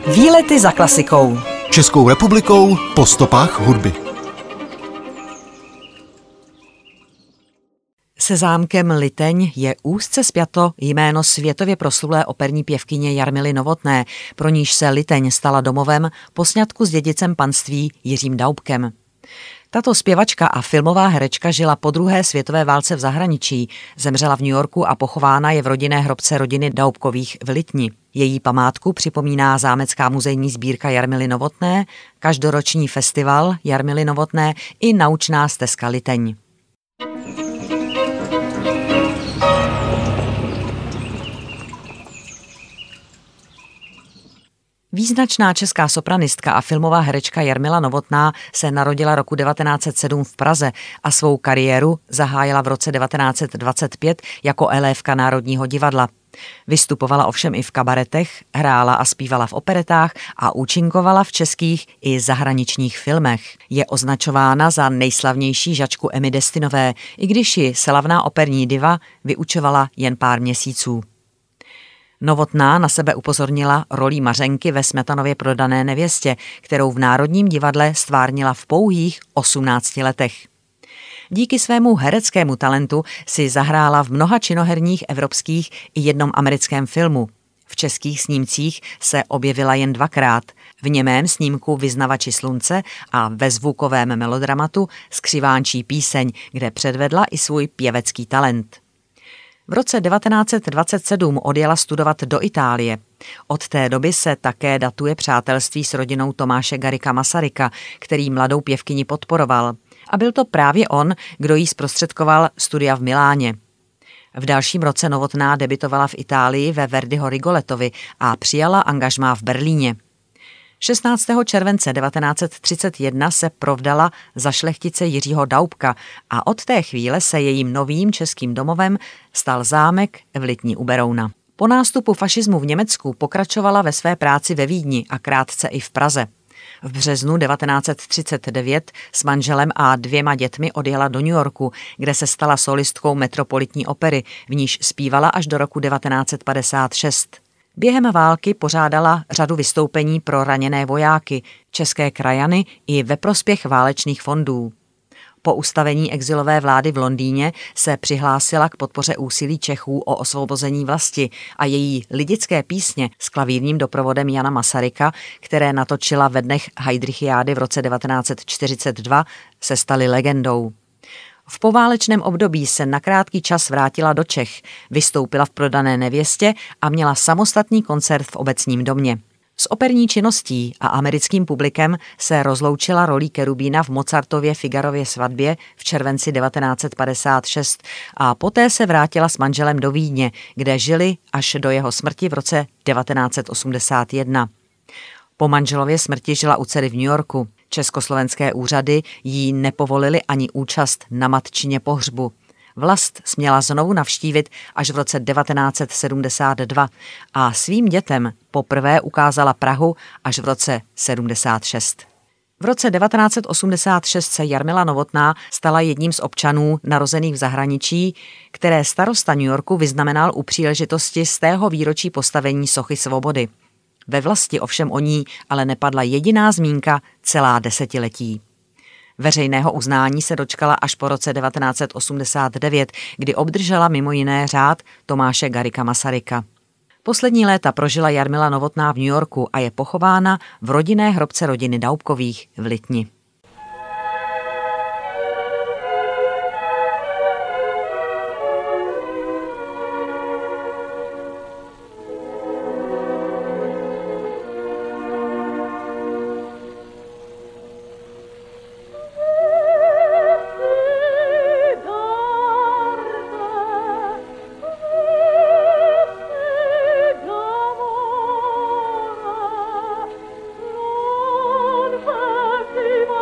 Výlety za klasikou. Českou republikou po stopách hudby. Se zámkem Liteň je úzce spjato jméno světově proslulé operní pěvkyně Jarmily Novotné, pro níž se Liteň stala domovem po sňatku s dědicem panství Jiřím Daubkem. Tato zpěvačka a filmová herečka žila po druhé světové válce v zahraničí, zemřela v New Yorku a pochována je v rodinné hrobce rodiny Daubkových v Litni. Její památku připomíná zámecká muzejní sbírka Jarmily Novotné, každoroční festival Jarmily Novotné i naučná stezka Liteň. Význačná česká sopranistka a filmová herečka Jarmila Novotná se narodila roku 1907 v Praze a svou kariéru zahájila v roce 1925 jako elévka Národního divadla. Vystupovala ovšem i v kabaretech, hrála a zpívala v operetách a účinkovala v českých i zahraničních filmech. Je označována za nejslavnější žačku Emmy Destinové, i když ji slavná operní diva vyučovala jen pár měsíců. Novotná na sebe upozornila rolí Mařenky ve Smetanově Prodané nevěstě, kterou v Národním divadle stvárnila v pouhých 18 letech. Díky svému hereckému talentu si zahrála v mnoha činoherních evropských i jednom americkém filmu. V českých snímcích se objevila jen dvakrát. V němém snímku Vyznavači slunce a ve zvukovém melodramatu Skřivánčí píseň, kde předvedla i svůj pěvecký talent. V roce 1927 odjela studovat do Itálie. Od té doby se také datuje přátelství s rodinou Tomáše Garrigua Masaryka, který mladou pěvkyni podporoval. A byl to právě on, kdo jí zprostředkoval studia v Miláně. V dalším roce Novotná debitovala v Itálii ve Verdiho Rigoletovi a přijala angažmá v Berlíně. 16. července 1931 se provdala za šlechtice Jiřího Daubka a od té chvíle se jejím novým českým domovem stal zámek v Litni u Berouna. Po nástupu fašismu v Německu pokračovala ve své práci ve Vídni a krátce i v Praze. V březnu 1939 s manželem a 2 dětmi odjela do New Yorku, kde se stala solistkou Metropolitní opery, v níž zpívala až do roku 1956. Během války pořádala řadu vystoupení pro raněné vojáky, české krajany i ve prospěch válečných fondů. Po ustavení exilové vlády v Londýně se přihlásila k podpoře úsilí Čechů o osvobození vlasti a její lidické písně s klavírním doprovodem Jana Masaryka, které natočila ve dnech Heydrichiády v roce 1942, se staly legendou. V poválečném období se na krátký čas vrátila do Čech, vystoupila v Prodané nevěstě a měla samostatný koncert v Obecním domě. S operní činností a americkým publikem se rozloučila rolí Kerubína v Mozartově Figarově svatbě v červenci 1956 a poté se vrátila s manželem do Vídně, kde žili až do jeho smrti v roce 1981. Po manželově smrti žila u dcery v New Yorku. Československé úřady jí nepovolily ani účast na matčině pohřbu. Vlast směla znovu navštívit až v roce 1972 a svým dětem poprvé ukázala Prahu až v roce 76. V roce 1986 se Jarmila Novotná stala jedním z občanů narozených v zahraničí, které starosta New Yorku vyznamenal u příležitosti z tého výročí postavení sochy svobody. Ve vlasti ovšem o ní ale nepadla jediná zmínka celá desetiletí. Veřejného uznání se dočkala až po roce 1989, kdy obdržela mimo jiné řád Tomáše Garrigua Masaryka. Poslední léta prožila Jarmila Novotná v New Yorku a je pochována v rodinné hrobce rodiny Daubkových v Litni. Prima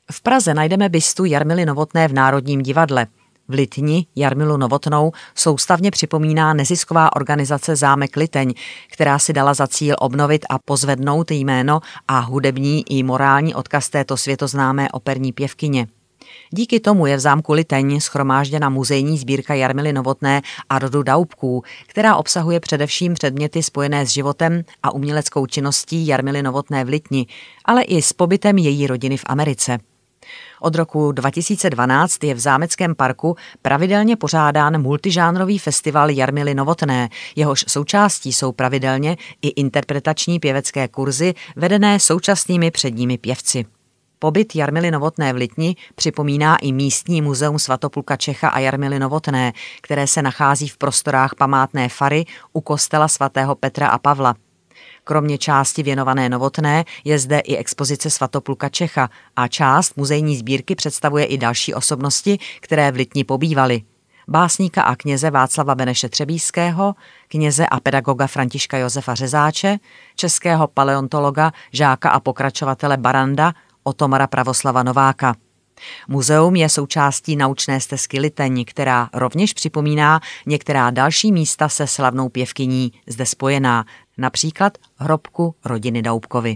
V Praze najdeme bystu Jarmily Novotné v Národním divadle. V Litni Jarmilu Novotnou soustavně připomíná nezisková organizace Zámek Liteň, která si dala za cíl obnovit a pozvednout jméno a hudební i morální odkaz této světoznámé operní pěvkyně. Díky tomu je v zámku Liteň shromážděna muzejní sbírka Jarmily Novotné a rodu Daubků, která obsahuje především předměty spojené s životem a uměleckou činností Jarmily Novotné v Litni, ale i s pobytem její rodiny v Americe. Od roku 2012 je v Zámeckém parku pravidelně pořádán multižánrový festival Jarmily Novotné, jehož součástí jsou pravidelně i interpretační pěvecké kurzy vedené současnými předními pěvci. Pobyt Jarmily Novotné v Litni připomíná i místní muzeum Svatopluka Čecha a Jarmily Novotné, které se nachází v prostorách památné fary u kostela svatého Petra a Pavla. Kromě části věnované Novotné je zde i expozice Svatopluka Čecha a část muzejní sbírky představuje i další osobnosti, které v Litni pobývaly. Básníka a kněze Václava Beneše Třebíského, kněze a pedagoga Františka Josefa Řezáče, českého paleontologa, žáka a pokračovatele Baranda, Otomara Pravoslava Nováka. Muzeum je součástí naučné stezky Liteň, která rovněž připomíná některá další místa se slavnou pěvkyní zde spojená, například hrobku rodiny Daubkovy.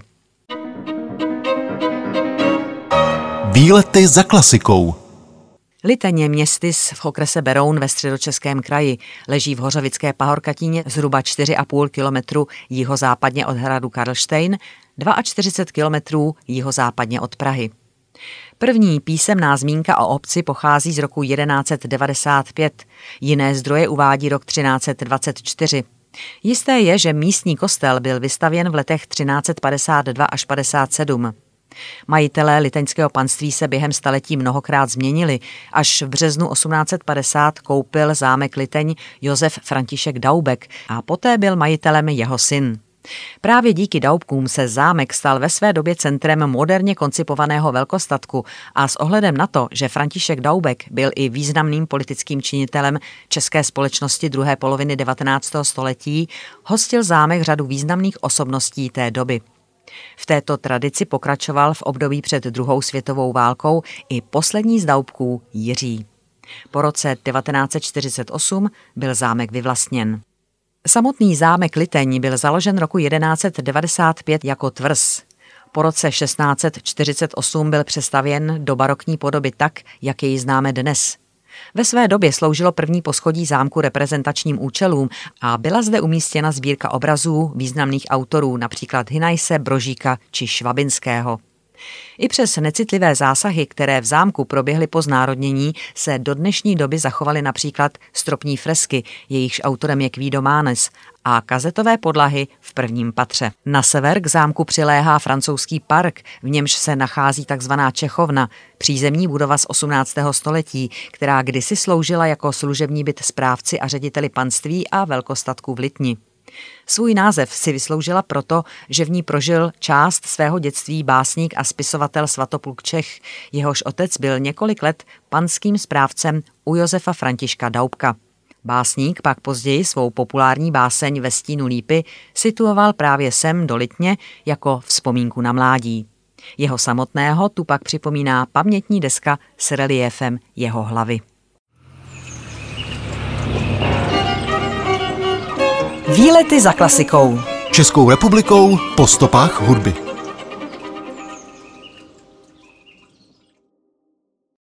Výlety za klasikou. Liteň je městys v okrese Beroun ve Středočeském kraji. Leží v Hořovické pahorkatině zhruba 4,5 kilometru jihozápadně od hradu Karlštejn, 42 kilometrů jihozápadně od Prahy. První písemná zmínka o obci pochází z roku 1195, jiné zdroje uvádí rok 1324. Jisté je, že místní kostel byl vystavěn v letech 1352 až 57. Majitelé liteňského panství se během staletí mnohokrát změnili, až v březnu 1850 koupil zámek Liteň Josef František Daubek a poté byl majitelem jeho syn. Právě díky Daubkům se zámek stal ve své době centrem moderně koncipovaného velkostatku a s ohledem na to, že František Daubek byl i významným politickým činitelem české společnosti druhé poloviny 19. století, hostil zámek řadu významných osobností té doby. V této tradici pokračoval v období před druhou světovou válkou i poslední z Daubků Jiří. Po roce 1948 byl zámek vyvlastněn. Samotný zámek Liteň byl založen roku 1195 jako tvrz. Po roce 1648 byl přestavěn do barokní podoby tak, jak jej známe dnes. Ve své době sloužilo první poschodí zámku reprezentačním účelům a byla zde umístěna sbírka obrazů významných autorů, například Hynajse, Brožíka či Švabinského. I přes necitlivé zásahy, které v zámku proběhly po znárodnění, se do dnešní doby zachovaly například stropní fresky, jejichž autorem je Guido Manes, a kazetové podlahy v prvním patře. Na sever k zámku přiléhá francouzský park, v němž se nachází takzvaná Čechovna, přízemní budova z 18. století, která kdysi sloužila jako služební byt správci a řediteli panství a velkostatku v Litni. Svůj název si vysloužila proto, že v ní prožil část svého dětství básník a spisovatel Svatopluk Čech, jehož otec byl několik let panským správcem u Josefa Františka Daubka. Básník pak později svou populární báseň Ve stínu lípy situoval právě sem do Litně jako vzpomínku na mládí. Jeho samotného tu pak připomíná pamětní deska s reliéfem jeho hlavy. Výlety za klasikou. Českou republikou po stopách hudby.